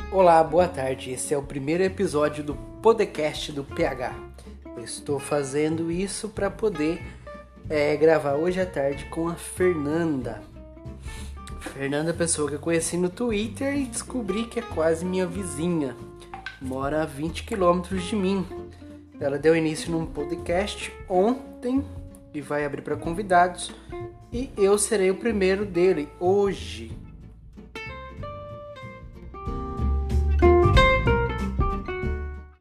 Olá, boa tarde. Esse é o primeiro episódio do podcast do PH. Eu estou fazendo isso para poder gravar hoje à tarde com a Fernanda. Fernanda é a pessoa que eu conheci no Twitter e descobri que é quase minha vizinha. Mora a 20 quilômetros de mim. Ela deu início num podcast ontem e vai abrir para convidados. E eu serei o primeiro dele hoje.